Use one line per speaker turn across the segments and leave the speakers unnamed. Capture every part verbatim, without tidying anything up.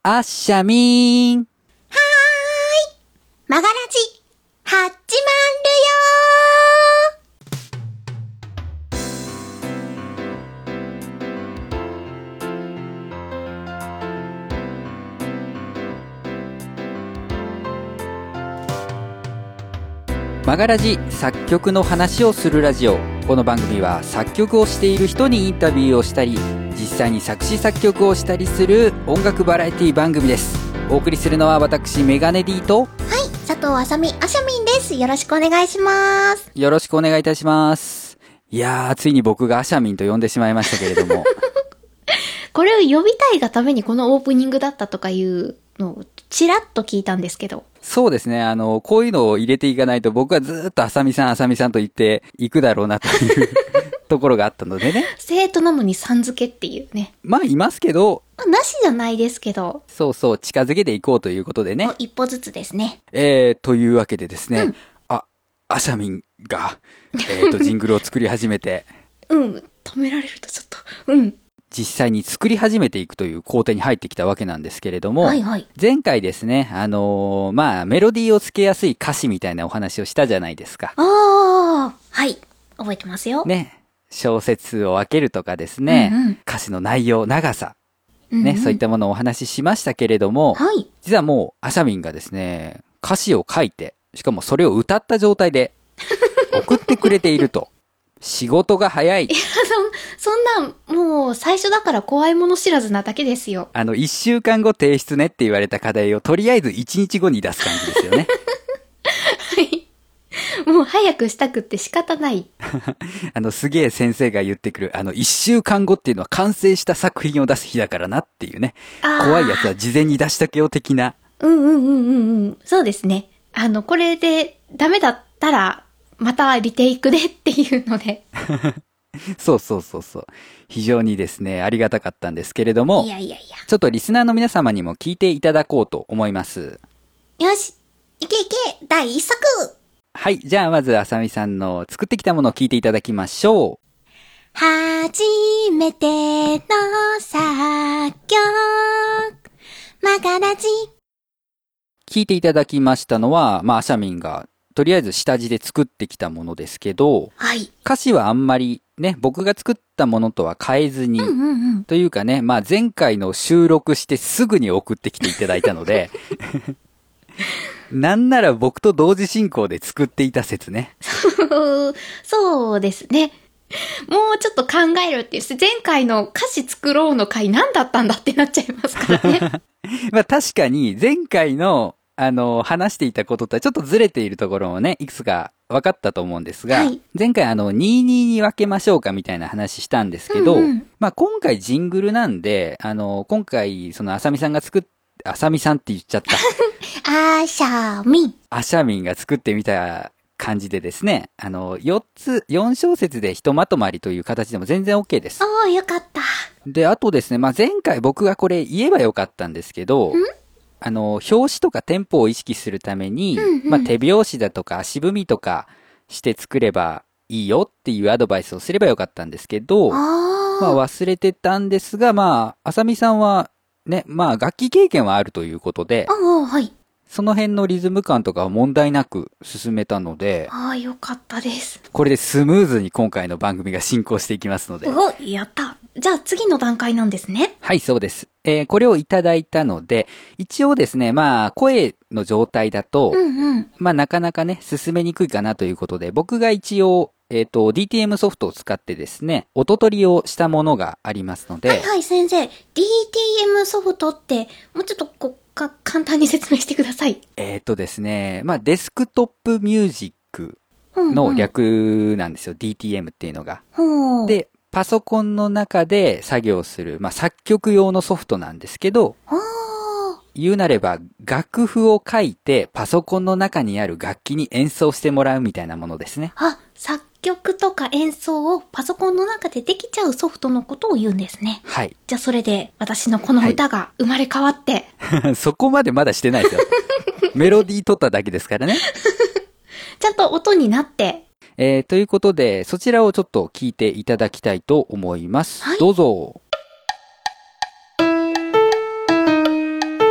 あっしゃみーん。はーい。
マガラジ、始まるよ
ー。マガラジ、作曲の話をするラジオ。この番組は作曲をしている人にインタビューをしたり、実際に作詞作曲をしたりする音楽バラエティ番組です。お送りするのは私メガネ D と、はい、
佐藤あさみあしゃみんです。よろしくお願いします。
よろしくお願いいたします。いやー、ついに僕があしゃみんと呼んでしまいましたけれども
これを呼びたいがためにこのオープニングだったとかいうのをちらっと聞いたんですけど、
そうですね。あの、こういうのを入れていかないと僕はずーっとあさみさんあさみさんと言っていくだろうなというところがあったのでね。
生徒なのにさん付けっていうね。
まあいますけど、
まあ、なしじゃないですけど。
そうそう、近づけていこうということでね。
一歩ずつですね。
えー、というわけでですね。
うん、
あ、あしゃみんが、えーと、ジングルを作り始めて。
うん、止められるとちょっと、うん。
実際に作り始めていくという工程に入ってきたわけなんですけれども、
はいはい、
前回ですね、あのー、まあ、メロディーをつけやすい歌詞みたいなお話をしたじゃないですか。
ああ、はい、覚えてますよ。
ね、小説を分けるとかですね、うんうん、歌詞の内容、長さ、ね、うんうん、そういったものをお話ししましたけれども、はい、実はもう、あしゃみんがですね、歌詞を書いて、しかもそれを歌った状態で送ってくれていると。仕事が早い。
いや、そ、そんな、もう最初だから怖いもの知らずなだけですよ。
あの、一週間後提出ねって言われた課題をとりあえず一日後に出す感じですよね。
はい。もう早くしたくって仕方ない。
あの、すげえ先生が言ってくる、あの、一週間後っていうのは完成した作品を出す日だからなっていうね。怖いやつは事前に出しとけよ的な。
うんうんうんうんうん。そうですね。あの、これでダメだったら、またリテイクでっていうので。
そうそうそうそう。非常にですね、ありがたかったんですけれども。
いやいやいや。
ちょっとリスナーの皆様にも聞いていただこうと思います。
よし。いけいけ、第一作。
はい。じゃあまずあさみさんの作ってきたものを聞いていただきましょう。
初めての作曲。マガラジ。
聞いていただきましたのは、まあ、あしゃみんが、とりあえず下地で作ってきたものですけど、
はい。
歌詞はあんまりね、僕が作ったものとは変えずに、
うんうんうん、
というかね、まあ前回の収録してすぐに送ってきていただいたので、なんなら僕と同時進行で作っていた説ね。
そう、そうですね。もうちょっと考えるっていう、前回の歌詞作ろうの回何だったんだってなっちゃいますからね。
まあ確かに前回のあの、話していたこととはちょっとずれているところもね、いくつか分かったと思うんですが、はい、前回あの、にたいにに分けましょうかみたいな話したんですけど、うんうん、まあ今回ジングルなんで、あの、今回そのあさみさんが作っ、あさみさんって言っちゃった。
あしゃみん。
あしゃみんが作ってみた感じでですね、あの、よっつ、よん小節でひとまとまりという形でも全然 OK です。
ああ、よかった。
で、あとですね、まあ前回僕がこれ言えばよかったんですけど、あの、表紙とかテンポを意識するために、うんうん、まあ、手拍子だとか足踏みとかして作ればいいよっていうアドバイスをすればよかったんですけど、あまあ忘れてたんですが、まあ、あさみさんはね、まあ楽器経験はあるということで、
ああ、はい。
その辺のリズム感とかは問題なく進めたので、
ああ、よかったです。
これでスムーズに今回の番組が進行していきますので。
お、やった。じゃあ次の段階なんですね。
はい、そうです。えー、これをいただいたので、一応ですね、まあ、声の状態だと、うんうん、まあ、なかなかね、進めにくいかなということで、僕が一応、えっと、ディーティーエム ソフトを使ってですね、音取りをしたものがありますので。
はいはい、先生。ディーティーエム ソフトって、もうちょっとこう、か、簡単に説明してください。
えっとですね、まあ、デスクトップミュージックの略なんですよ、うんうん、ディーティーエム っていうのが。で、パソコンの中で作業する、まあ、作曲用のソフトなんですけど、言うなれば楽譜を書いてパソコンの中にある楽器に演奏してもらうみたいなものですね。
あ、作曲とか演奏をパソコンの中でできちゃうソフトのことを言うんですね。
はい。
じゃあそれで私のこの歌が生まれ変わって。
はい、そこまでまだしてないですよ。メロディー取っただけですからね。
ちゃんと音になって。
えー、ということで、そちらをちょっと聞いていただきたいと思います。はい、どうぞ。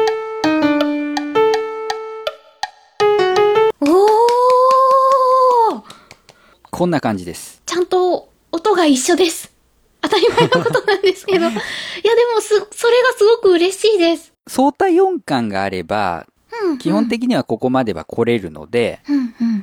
こんな感じです。
ちゃんと音が一緒です。当たり前のことなんですけど。いやでもす、それがすごく嬉しいです。
相対音感があれば、うんうん、基本的にはここまでは来れるので、うんうん、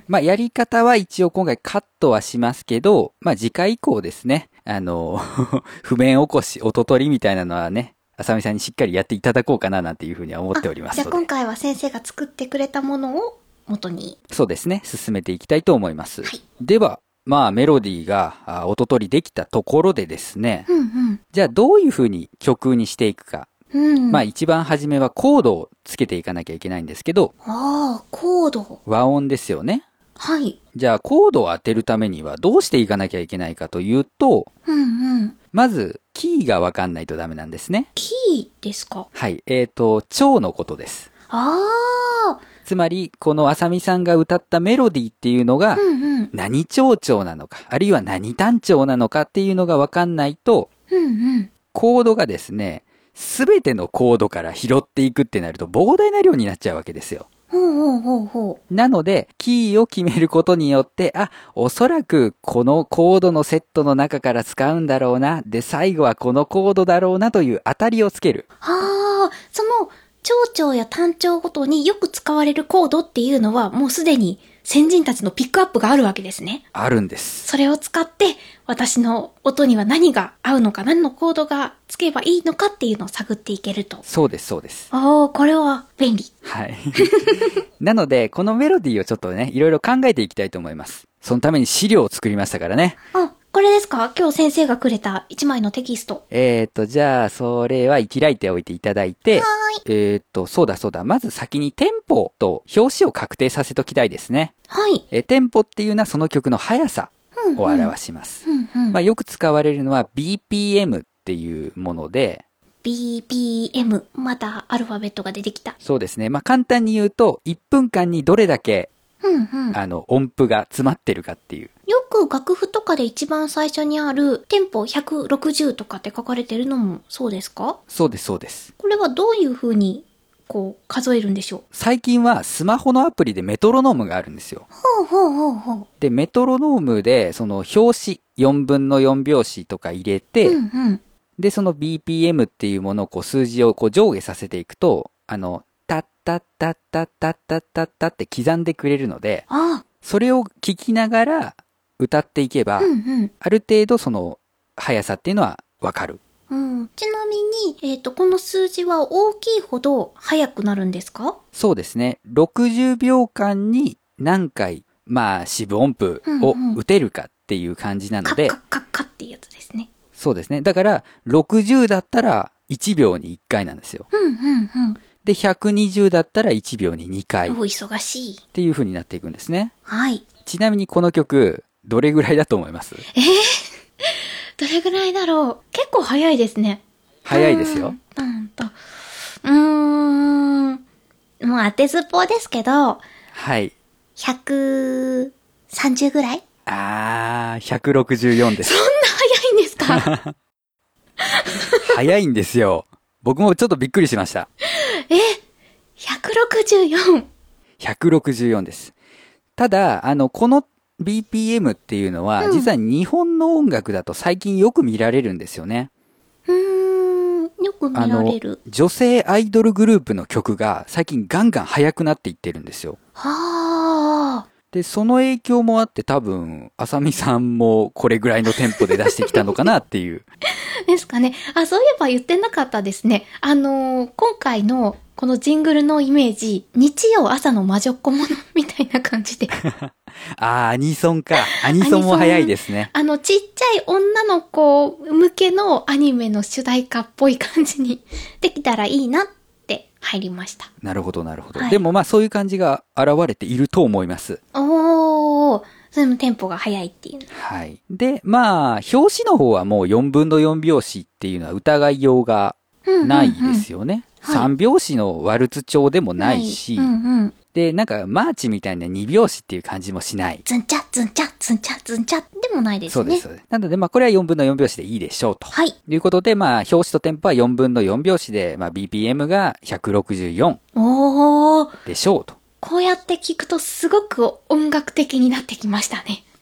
まあやり方は一応今回カットはしますけど、まあ次回以降ですね、あの、譜面起こし、音取りみたいなのはね、あさみさんにしっかりやっていただこうかななんていうふうには思っておりますので。
じゃあ今回は先生が作ってくれたものを元に。
そうですね、進めていきたいと思います。
はい、
では、まあメロディーが音取りできたところでですね、
うんうん、
じゃあどういうふうに曲にしていくか。うん、まあ一番初めはコードをつけていかなきゃいけないんですけど。
ああ、コード。
和音ですよね。
はい。
じゃあコードを当てるためにはどうしていかなきゃいけないかというと、
うんうん、
まずキーがわかんないとダメなんですね。
キーですか？
はい。えっと、調のことです。
ああ。
つまり、このあさみさんが歌ったメロディーっていうのが、何調調なのか、あるいは何単調なのかっていうのがわかんないと、
うんうん、
コードがですね、すべてのコードから拾っていくってなると膨大な量になっちゃうわけですよ。
ほうほうほうほう。
なので、キーを決めることによって、あ、おそらくこのコードのセットの中から使うんだろうな。で、最後はこのコードだろうなという当たりをつける。
はあ、その、長調や単調ごとによく使われるコードっていうのはもうすでに先人たちのピックアップがあるわけですね。
あるんです。
それを使って私の音には何が合うのか、何のコードがつけばいいのかっていうのを探っていけると。
そうです、そうです。
おー、これは便利。
はい。なので、このメロディーをちょっとね、いろいろ考えていきたいと思います。そのために資料を作りましたからね。
あ、これですか？今日先生がくれた一枚のテキスト。
えーと、じゃあ、それは開いておいていただいて、
はーい。
えーと、そうだそうだ。まず先にテンポと表紙を確定させときたいですね。
はい。
えー、テンポっていうのはその曲の速さを表します。
うんうん、
まあ、よく使われるのは ビーピーエム っていうもので、
ビーピーエム。またアルファベットが出てきた。
そうですね。まあ、簡単に言うと、いっぷんかんにどれだけ、
うんうん、
あの、音符が詰まってるかっていう。
よく楽譜とかで一番最初にあるテンポひゃくろくじゅうとかって書かれてるのもそうですか？
そうです、そうです。
これはどういう風にこう数えるんでしょう？
最近はスマホのアプリでメトロノームがあるんですよ。
ほうほうほうほう。
で、メトロノームでその表紙よんぶんのよん拍子とか入れて、
うんうん、
で、その ビーピーエム っていうものをこう数字をこう上下させていくと、あの、タッタッタッタッタッタッタッタって刻んでくれるので、
ああ、
それを聞きながら歌っていけば、
うんうん、
ある程度その速さっていうのはわかる。
うん、ちなみに、えっと、この数字は大きいほど速くなるんですか？
そうですね。ろくじゅうびょうかんに何回、まあ、四分音符を打てるかっていう感じなので、
カッカッカッカッっていうやつですね。
そうですね。だから、ろくじゅうだったらいちびょうにいっかいなんですよ。
うんうんうん。
で、ひゃくにじゅうだったらいちびょうににかい。
お忙しい。
っていう風になっていくんですね。
はい。
ちなみにこの曲、どれぐらいだと思います？
えー、どれぐらいだろう？結構早いですね。
早いですよ。
うんと。うーん。もう当てずっぽうですけど。
はい。
ひゃくさんじゅうぐらい？
あー、ひゃくろくじゅうよんです。
そんな早いんですか？
早いんですよ。僕もちょっとびっくりしました。
え ?ひゃくろくじゅうよん。
ひゃくろくじゅうよんです。ただ、あの、この ビーピーエム っていうのは、うん、実は日本の音楽だと最近よく見られるんですよね。
うーん、よく見られる。
女性アイドルグループの曲が最近ガンガン速くなっていってるんですよ。
はー。
で、その影響もあって多分、あさみさんもこれぐらいのテンポで出してきたのかなっていう。
ですかね。あ、そういえば言ってなかったですね。あのー、今回のこのジングルのイメージ、日曜朝の魔女っ子ものみたいな感じで。
ああ、アニソンか。アニソンも早いですね。
あの、ちっちゃい女の子向けのアニメの主題歌っぽい感じにできたらいいなって入りました。
なるほど、なるほど。
はい、
でもまあそういう感じが現れていると思います。
おー、それもテンポが速いっていう。
はい。で、まあ、表紙の方はもうよんぶんのよん拍子っていうのは疑いようがないですよね。うんうんうんさん拍子のワルツ調でもないし、
はいうんうん、
で、なんかマーチみたいなに拍子っていう感じもしない。
ズンチャ、ズンチャ、ズンチャ、ズンチャでもないですね。
そうです、そうです。なので、まあこれはよんぶんのよん拍子でいいでしょうと。
はい。
ということで、まあ表紙とテンポはよんぶんのよん拍子で、まあ ビーピーエム がひゃくろくじゅうよん。
おー。
でしょうと。
こうやって聞くとすごく音楽的になってきましたね。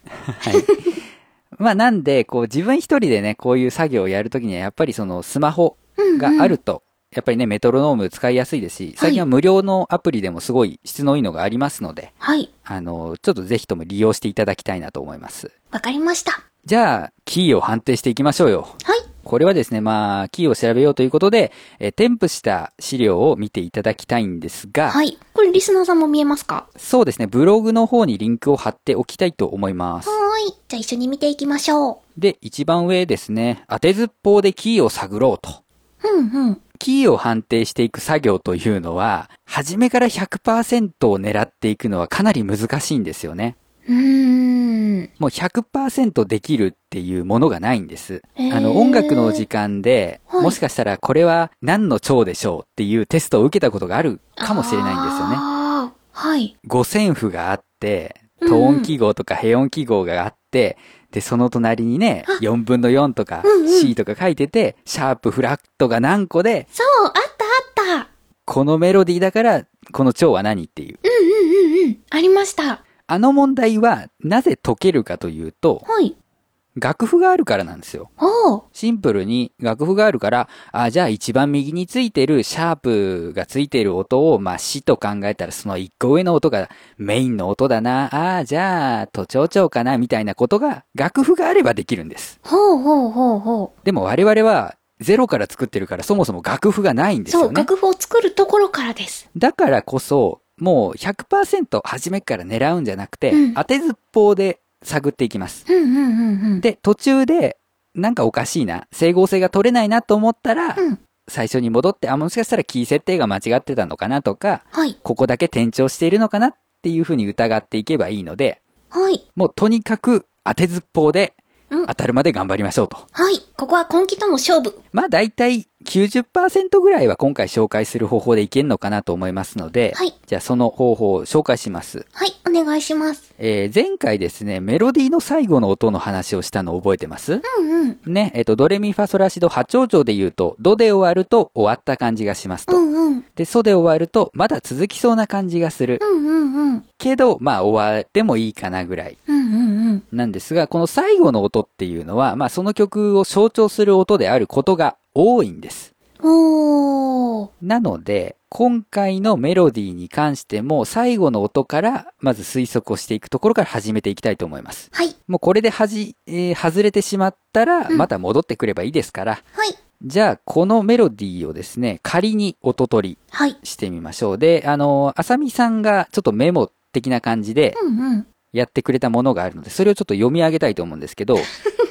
はい。まあなんで、こう自分一人でね、こういう作業をやるときにはやっぱりそのスマホがあると、うんうん、やっぱりね、メトロノーム使いやすいですし、最近は無料のアプリでもすごい質のいいのがありますので、
はい。
あの、ちょっとぜひとも利用していただきたいなと思います。
わかりました。
じゃあ、キーを判定していきましょうよ。
はい。
これはですね、まあ、キーを調べようということで、えー、添付した資料を見ていただきたいんですが。
はい。これリスナーさんも見えますか？
そうですね、ブログの方にリンクを貼っておきたいと思います。
はーい。じゃあ一緒に見ていきましょ
う。で、一番上ですね、当てずっぽうでキーを探ろうと。
うんうん。
キーを判定していく作業というのは、初めから ひゃくパーセント を狙っていくのはかなり難しいんですよね。
うーん。
もう ひゃくパーセント できるっていうものがないんです。あの、音楽の時間で、はい、もしかしたらこれは何の調でしょうっていうテストを受けたことがあるかもしれないんですよね。
ああ、はい。
五線譜があって、トーン記号とか平音記号があって、うん、で、その隣にね、よんぶんのよんとか C とか書いてて、うんうん、シャープ、フラットが何個で、
そう、あったあった。
このメロディーだから、この調は何っていう。
うんうんうんうん。ありました。
あの問題は、なぜ解けるかというと、
はい。
楽譜があるからなんですよ。シンプルに楽譜があるから、あ、じゃあ一番右についてるシャープがついてる音を、まあ、シと考えたらその一個上の音がメインの音だな。あ、じゃあ、都庁長かなみたいなことが楽譜があればできるんです。
ほうほうほうほう。
でも我々はゼロから作ってるからそもそも楽譜がないんですよね。
そう、楽譜を作るところからです。
だからこそ、もう ひゃくパーセント 初めから狙うんじゃなくて、うん、当てずっぽうで探っていきます。
うんうんうんうん、
で、途中で、なんかおかしいな、整合性が取れないなと思ったら、うん、最初に戻って、あ、もしかしたらキー設定が間違ってたのかなとか、
はい、
ここだけ転調しているのかなっていうふうに疑っていけばいいので、
はい、
もうとにかく当てずっぽうで、当たるまで頑張りましょうと。
はい。ここは根気との勝負。
まあ大体 きゅうじゅっパーセント ぐらいは今回紹介する方法でいけるのかなと思いますので、
はい。
じゃあその方法を紹介します。
はい、お願いします。
えー、前回ですね、メロディーの最後の音の話をしたの覚えてます？
うんうん。
ね、えっと、ドレミファソラシドはちおうちょうで言うと、ドで終わると終わった感じがしますと。
うんうん。
で、ソで終わるとまだ続きそうな感じがする。
うんうんうん。
けど、まあ終わってもいいかなぐらい。
うんうんうん。
なんですが、この最後の音っていうのは、まあその曲を象徴する音であることが多いんです。
おー。
なので、今回のメロディーに関しても最後の音からまず推測をしていくところから始めていきたいと思います。
はい。
もうこれではじ、えー、外れてしまったらまた戻ってくればいいですから。
はい。
じゃあ、このメロディーをですね、仮に音取りしてみましょう。はい、で、あの、あさみさんがちょっとメモ的な感じでやってくれたものがあるので、それをちょっと読み上げたいと思うんですけど。はい。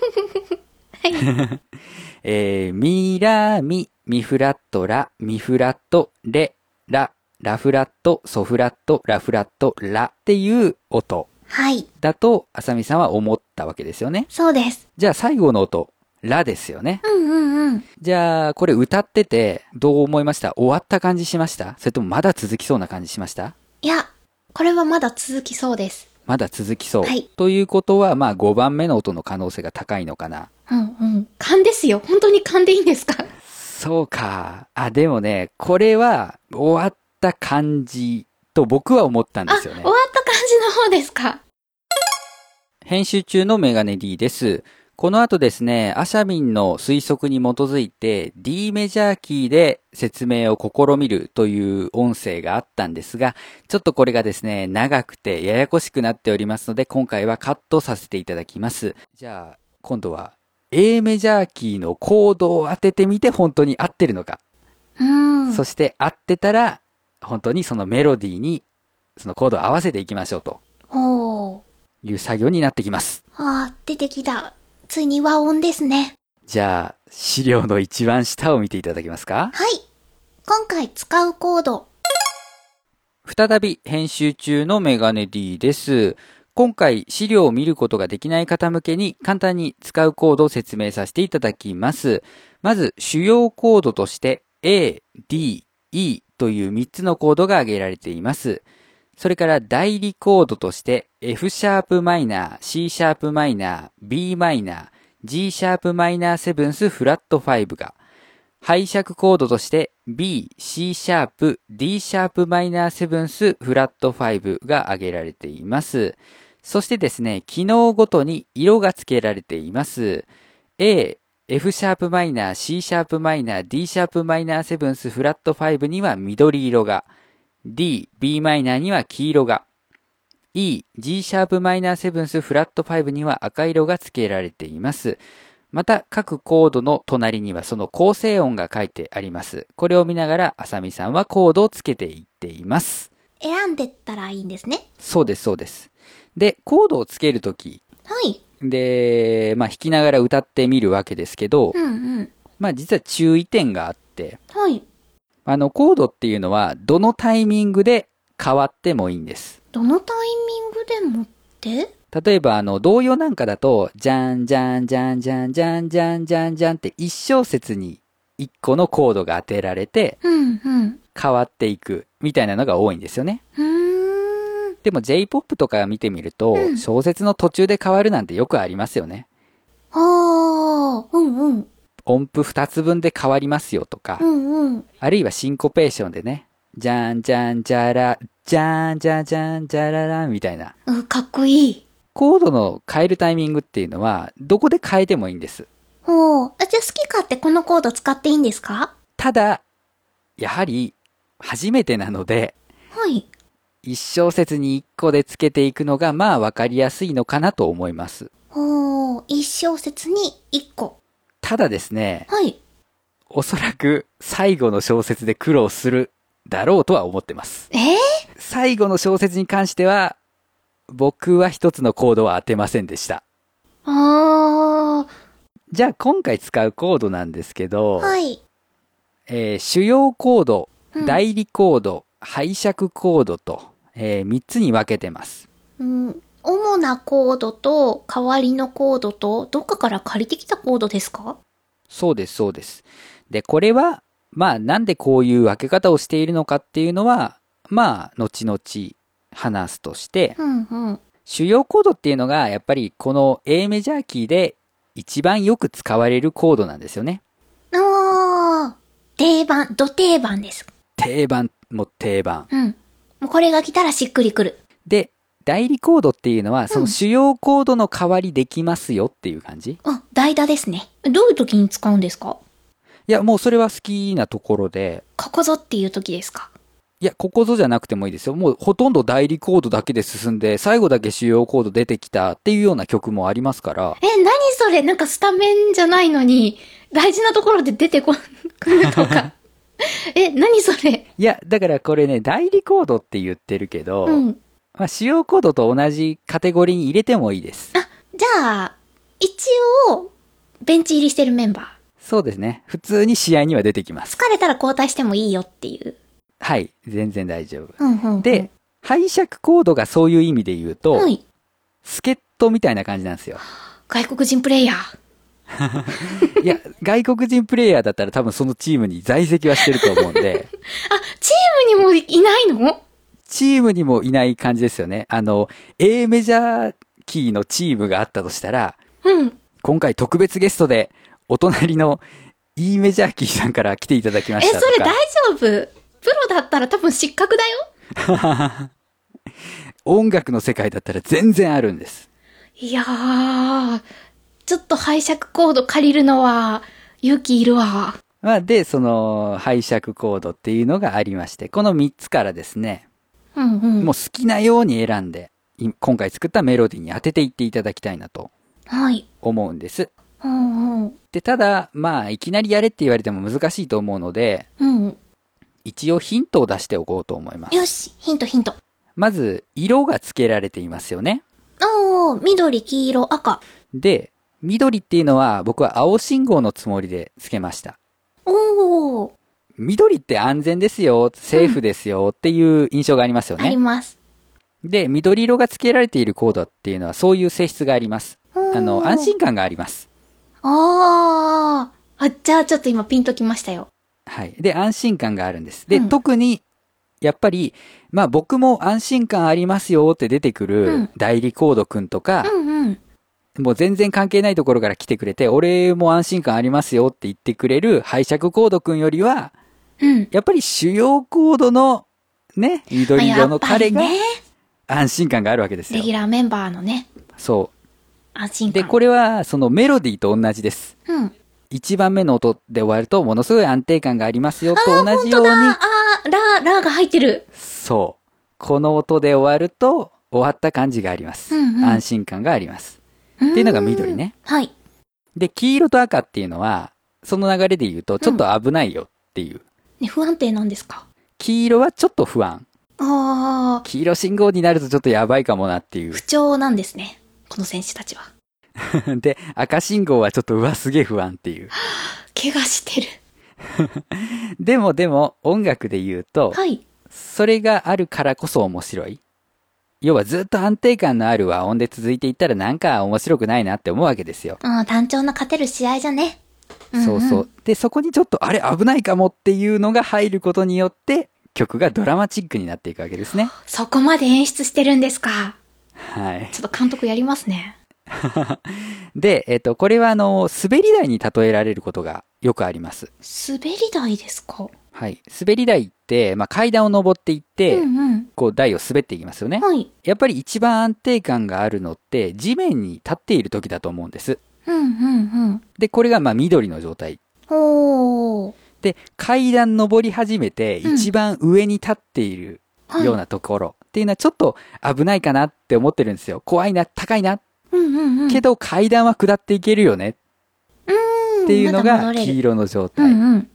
えー、ミラミ、ミフラットラ、ミフラットレ、ラ、ラフラット、ソフラット、ラフラット、ラっていう音。
はい。
だと、あさみさんは思ったわけですよね。
そうです。
じゃあ最後の音、ラですよね。
うんうんうん。
じゃあ、これ歌ってて、どう思いました？終わった感じしました？それともまだ続きそうな感じしました？
いや、これはまだ続きそうです。
まだ続きそう。
はい。
ということは、まあごばんめの音の可能性が高いのかな。
うんうん。勘ですよ。本当に勘でいいんですか？
そうか。あ、でもね、これは終わった感じと僕は思ったんですよね。
あ、終わった感じの方ですか？
編集中のメガネ D です。この後ですね、アシャミンの推測に基づいて D メジャーキーで説明を試みるという音声があったんですが、ちょっとこれがですね、長くてややこしくなっておりますので、今回はカットさせていただきます。じゃあ、今度は A メジャーキーのコードを当ててみて本当に合ってるのか。
うーん。
そして合ってたら、本当にそのメロディーにそのコードを合わせていきましょうと。
ほう。
いう作業になってきます。
ああ、出てきた。ついに和音ですね。
じゃあ、資料の一番下を見ていただけますか？
はい。今回使うコード。
再び編集中のメガネ D です。今回資料を見ることができない方向けに簡単に使うコードを説明させていただきます。まず主要コードとして A、D、E というみっつのコードが挙げられています。それから代理コードとして F シャープマイナー、C シャープマイナー、B マイナー、G シャープマイナーセブンスフラットファイブが、拝借コードとして B、C シャープ、D シャープマイナーセブンスフラットファイブが挙げられています。 そしてですね、機能ごとに色が付けられています。A、F シャープマイナー、C シャープマイナー、D シャープマイナーセブンスフラットファイブには緑色が、D、B マイナーには黄色が、E、G シャープマイナーセブンスフラットファイブには赤色が付けられています。また、各コードの隣にはその構成音が書いてあります。これを見ながら、あさみさんはコードをつけていっています。
選んでったらいいんですね。
そうです、そうです。で、コードをつけるとき。
はい。
で、まあ、弾きながら歌ってみるわけですけど、
うんうん。
まあ、実は注意点があって、
はい。
あの、コードっていうのは、どのタイミングで変わってもいいんです。
どのタイミングでもって
例えば、あの、童謡なんかだと、じゃんじゃんじゃんじゃんじゃんじゃんじゃんじゃんって一小節に一個のコードが当てられて、
うんうん。
変わっていくみたいなのが多いんですよね。
うーん。
でも J-ポップ とか見てみると、
うん、
小説の途中で変わるなんてよくありますよね。
ああ、うんうん。
音符二つ分で変わりますよとか、
うんうん。
あるいはシンコペーションでね、じゃんじゃんじゃら、じゃんじゃんじゃんじゃららみたいな。
うん、かっこいい。
コードの変えるタイミングっていうのは、どこで変えてもいいんです。
ほう。あ、じゃあ好き勝手このコード使っていいんですか？
ただ、やはり、初めてなので、
はい。
一小節に一個でつけていくのが、まあわかりやすいのかなと思います。
ほう。一小節に一個。
ただですね、
はい。
おそらく最後の小節で苦労するだろうとは思ってます。
えー、
最後の小節に関しては、僕は一つのコードは当てませんでした。
あー。
じゃあ今回使うコードなんですけど、
はい。
えー主要コード、
うん
代理コード、拝借コードと、えー、みっつに分けてます。
うん。主なコードと代わりのコードとどっかから借りてきたコードですか？
そうです、そうです。で、これは、まあなんでこういう分け方をしているのかっていうのは、まあ後々話すとして、
うんうん。
主要コードっていうのがやっぱりこの A メジャーキーで一番よく使われるコードなんですよね。
あー。定番、ど定番です。
定番も定番。
うん。もうこれが来たらしっくりくる。
で、代理コードっていうのはその主要コードの代わりできますよっていう感じ。
あ、代打ですね。どういう時に使うんですか？
いや、もうそれは好きなところで、
ここぞっていう時ですか？
いや、ここぞじゃなくてもいいですよ。もうほとんど代理コードだけで進んで、最後だけ主要コード出てきたっていうような曲もありますから。
え、何それ？なんかスタメンじゃないのに、大事なところで出てこ、くるとか。え、何それ？
いや、だからこれね、代理コードって言ってるけど、
うん。
まあ、主要コードと同じカテゴリーに入れてもいいです。
あ、じゃあ、一応、ベンチ入りしてるメンバー。
そうですね。普通に試合には出てきます。
疲れたら交代してもいいよっていう。
はい。全然大丈夫。
うんうん、うん。
で、拝借コードがそういう意味で言うと、
はい。
助っ人みたいな感じなんですよ。
外国人プレイヤー。
いや、外国人プレイヤーだったら多分そのチームに在籍はしてると思うんで、
あ、チームにもいないの？
チームにもいない感じですよね。あの、A メジャーキーのチームがあったとしたら、
うん。
今回特別ゲストで、お隣の E メジャーキーさんから来ていただきま
え、
したとか。
それ大丈夫？プロだったら多分失格だよ。
音楽の世界だったら全然あるんです。
いやー、ちょっと拝借コード借りるのは勇気いるわ。
まあ、で、その、拝借コードっていうのがありまして、このみっつからですね、
うんうん。
もう好きなように選んで、い今回作ったメロディーに当てていっていただきたいなと
はい。
思うんです。
うんうん。
で、ただ、まあ、いきなりやれって言われても難しいと思うので、
うん。
一応ヒントを出しておこうと思います。
よし、ヒントヒント。
まず、色が付けられていますよね。
おー、緑、黄色、赤。
で、緑っていうのは僕は青信号のつもりで付けました。
おー、
緑って安全ですよ、セーフですよっていう印象がありますよ
あり
ね。
ます。
で、緑色が付けられているコードっていうのはそういう性質があります。
おー
あの、安心感があります。
あー。あ、じゃあちょっと今ピンときましたよ。
はい。で、安心感があるんです。で、
うん
特に、やっぱり、まあ僕も安心感ありますよって出てく
う
る
ん
代理コードくんとか、
うんうん。
もう全然関係ないところから来てくれて、俺も安心感ありますよって言ってくれる拝借コードくんよりは、
うん。
やっぱり主要コードのね、緑色の彼が
まあやっぱりね。
安心感があるわけですよ。
レギュラーメンバーのね。
そう。
安心感。
で、これは、そのメロディーと同じです。
うん。
いちばんめの音で終わると、ものすごい安定感がありますよと同じように。
あー、ラ、ラが入ってる。
そう。この音で終わると、終わった感じがあります。うんうん、安心感があります。っていうのが緑ね。
はい。
で、黄色と赤っていうのは、その流れで言うと、ちょっと危ないよっていう。うん、
ね、不安定なんですか？
黄色はちょっと不安。
ああ。
黄色信号になるとちょっとやばいかもなっていう。
不調なんですね。この選手たちは。
で、赤信号はちょっとうわ、すげえ不安っていう。
怪我してる。
でもでも、音楽で言うと、はい。それがあるからこそ面白い。要はずっと安定感のある和音で続いていったらなんか面白くないなって思うわけですよ。
ああ、単調な勝てる試合じゃね。
うんうん、そうそう。で、そこにちょっとあれ危ないかもっていうのが入ることによって、曲がドラマチックになっていくわけですね。
そこまで演出してるんですか。
はい。
ちょっと監督やりますね。
で、えっと、これはあの、滑り台に例えられることがよくあります。
滑り台ですか？
はい。滑り台って、まあ、階段を登っていって、うんうん、こう台を滑っていきますよね。はい。やっぱり一番安定感があるのって、地面に立っている時だと思うんです。
うんうんうん。
で、これがまあ緑の状態。
おー。
で、階段登り始めて、一番上に立っているようなところっていうのはちょっと危ないかなって思ってるんですよ。怖いな、高いな。うんうんうん、けど階段は下っていけるよね。っていうのが黄色の状態。うんうん、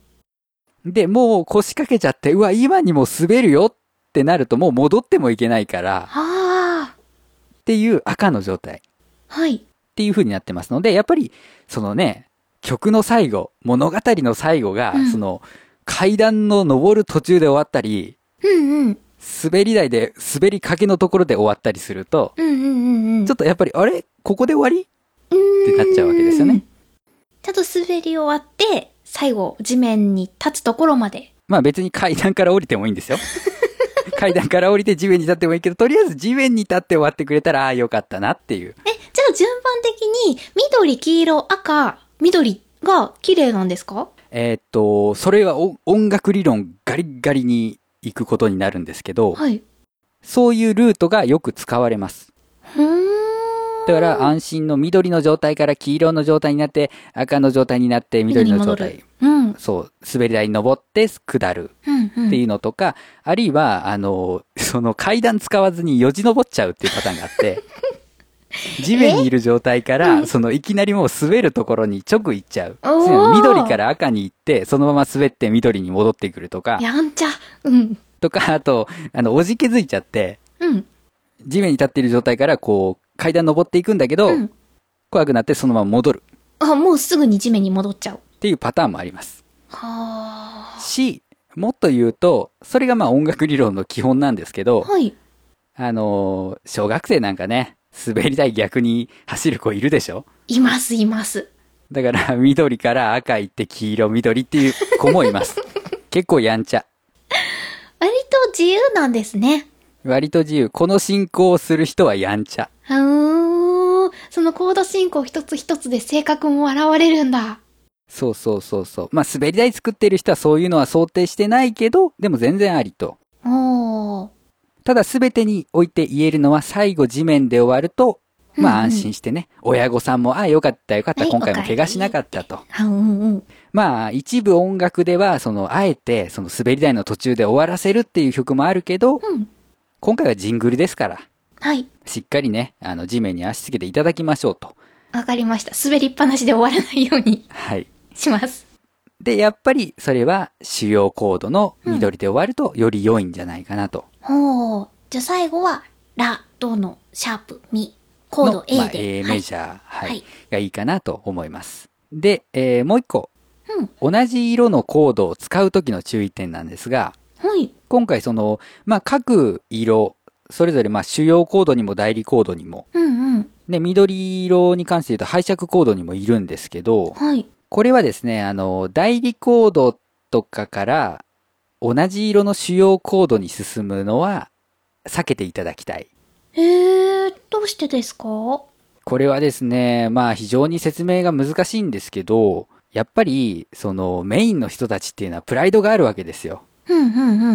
で、もう腰掛けちゃって、うわ、今にも滑るよってなるともう戻ってもいけないから、っていう赤の状態。
はい。
っていう風になってますので、やっぱり、そのね、曲の最後、物語の最後が、うん、その、階段の登る途中で終わったり、うんうん、滑り台で滑りかけのところで終わったりすると、うんうんうんうん、ちょっとやっぱり、あれここで終わりってなっちゃうわけですよね。
ちゃんと滑り終わって、最後、地面に立つところまで。
まあ別に階段から降りてもいいんですよ。階段から降りて地面に立ってもいいけど、とりあえず地面に立って終わってくれたら、ああ、よかったなっていう。
え、じゃあ順番的に、緑、黄色、赤、緑が綺麗なんですか？
えー、っと、それは音楽理論ガリッガリに行くことになるんですけど、はい。そういうルートがよく使われます。ふーん。だから安心の緑の状態から黄色の状態になって、赤の状態になって緑の状態。うん。そう、滑り台に登って下るっていうのとか、うんうん、あるいは、あの、その階段使わずによじ登っちゃうっていうパターンがあって、地面にいる状態から、そのいきなりもう滑るところに直行っちゃう。緑から赤に行って、そのまま滑って緑に戻ってくるとか。
やんちゃ。うん。
とか、あと、あの、おじけづいちゃって、うん。地面に立っている状態からこう、階段登っていくんだけど、うん、怖くなってそのまま戻る。
あ、もうすぐに地面に戻っちゃう。
っていうパターンもあります。はあ。し、もっと言うと、それがまあ音楽理論の基本なんですけど、はい。あの、小学生なんかね、滑り台逆に走る子いるでしょ？
います、います。
だから、緑から赤行って黄色、緑っていう子もいます。結構やんちゃ。
割と自由なんですね。
割と自由。この進行をする人はやんちゃ。
うーん。そのコード進行一つ一つで性格も現れるんだ。
そうそうそうそう。まあ、滑り台作ってる人はそういうのは想定してないけど、でも全然ありと。おー。ただ全てにおいて言えるのは最後地面で終わると、まあ安心してね。うんうん、親御さんも、あ、よかったよかった、はい、今回も怪我しなかったと。うんうん、まあ一部音楽では、その、あえて、その滑り台の途中で終わらせるっていう曲もあるけど、うん、今回はジングルですから。はい。しっかりね、あの、地面に足つけていただきましょうと。
わかりました。滑りっぱなしで終わらないように。はい。します。
で、やっぱり、それは主要コードの緑で終わると、より良いんじゃないかなと。
うん、ほう。じゃあ最後は、ラ、ドの、シャープ、ミ、コード A で。まあ、
A メジャー、はい、はい。がいいかなと思います。で、えー、もう一個。うん。同じ色のコードを使うときの注意点なんですが、はい。今回その、まあ、各色、それぞれまあ主要コードにも代理コードにも、うんうん。で、緑色に関して言うと拝借コードにもいるんですけど、はい。これはですね、あの、代理コードとかから同じ色の主要コードに進むのは避けていただきたい。
へー、どうしてですか？こ
れはですね、まあ非常に説明が難しいんですけど、やっぱり、そのメインの人たちっていうのはプライドがあるわけですよ。うんうんうん。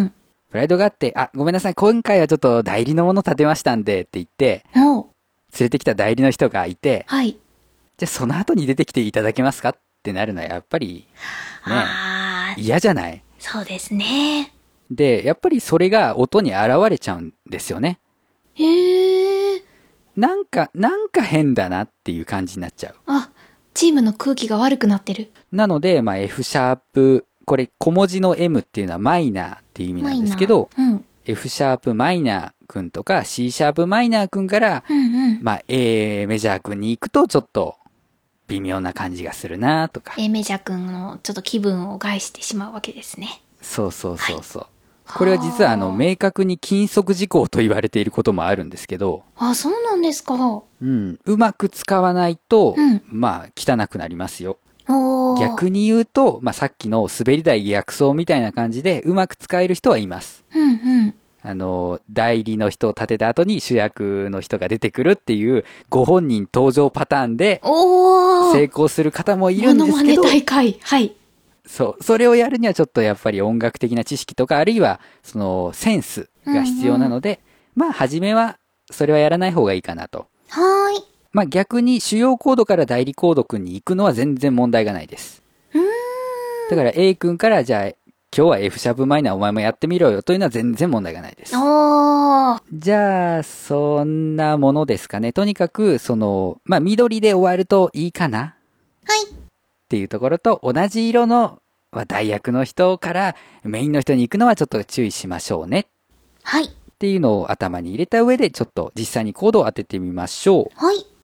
プライドがあって、あ、ごめんなさい、今回はちょっと代理のもの立てましたんで、って言って、
おう。
連れてきた代理の人がいて、
はい。
じゃあその後に出てきていただけますかってなるのはやっぱり、ね、
あー、
嫌じゃない。
そうですね。
で、やっぱりそれが音に現れちゃうんですよね。
へー。
なんか、なんか変だなっていう感じになっちゃう。
あ、チームの空気が悪くなってる。
なので、まあ F シャープ、これ小文字の M っていうのはマイナーっていう意味なんですけど、
マイナー。うん。
F シャープマイナーくんとか C シャープマイナーくんから、
うんうん。
まあ A メジャーくんに行くとちょっと微妙な感じがするなとか。
え、メジャー君のちょっと気分を害してしまうわけですね。
そうそうそうそう。
はい、
これは実はあの明確に禁則事項と言われていることもあるんですけど。
あ、そうなんですか。
うん。うまく使わないと、
うん、
まあ汚くなりますよ。
おー。
逆に言うと、まあさっきの滑り台逆走みたいな感じでうまく使える人はいます。
うんうん。
あの、代理の人を立てた後に主役の人が出てくるっていうご本人登場パターンで
おー。
成功する方もいるんですけど。
モノマネ大会。はい。
そう。それをやるにはちょっとやっぱり音楽的な知識とかあるいはそのセンスが必要なので、うんうん、まあ初めはそれはやらない方がいいかなと。
はーい。
まあ逆に主要コードから代理コードくんに行くのは全然問題がないです。
うーん。
だから A 君からじゃあ今日は F シャープマイナーお前もやってみろよというのは全然問題がないです。
おー。
じゃあ、そんなものですかね。とにかく、その、まあ、緑で終わるといいかな
はい。
っていうところと、同じ色の、まあ、代役の人からメインの人に行くのはちょっと注意しましょうね。
はい。
っていうのを頭に入れた上で、ちょっと実際にコードを当ててみましょう。
はい。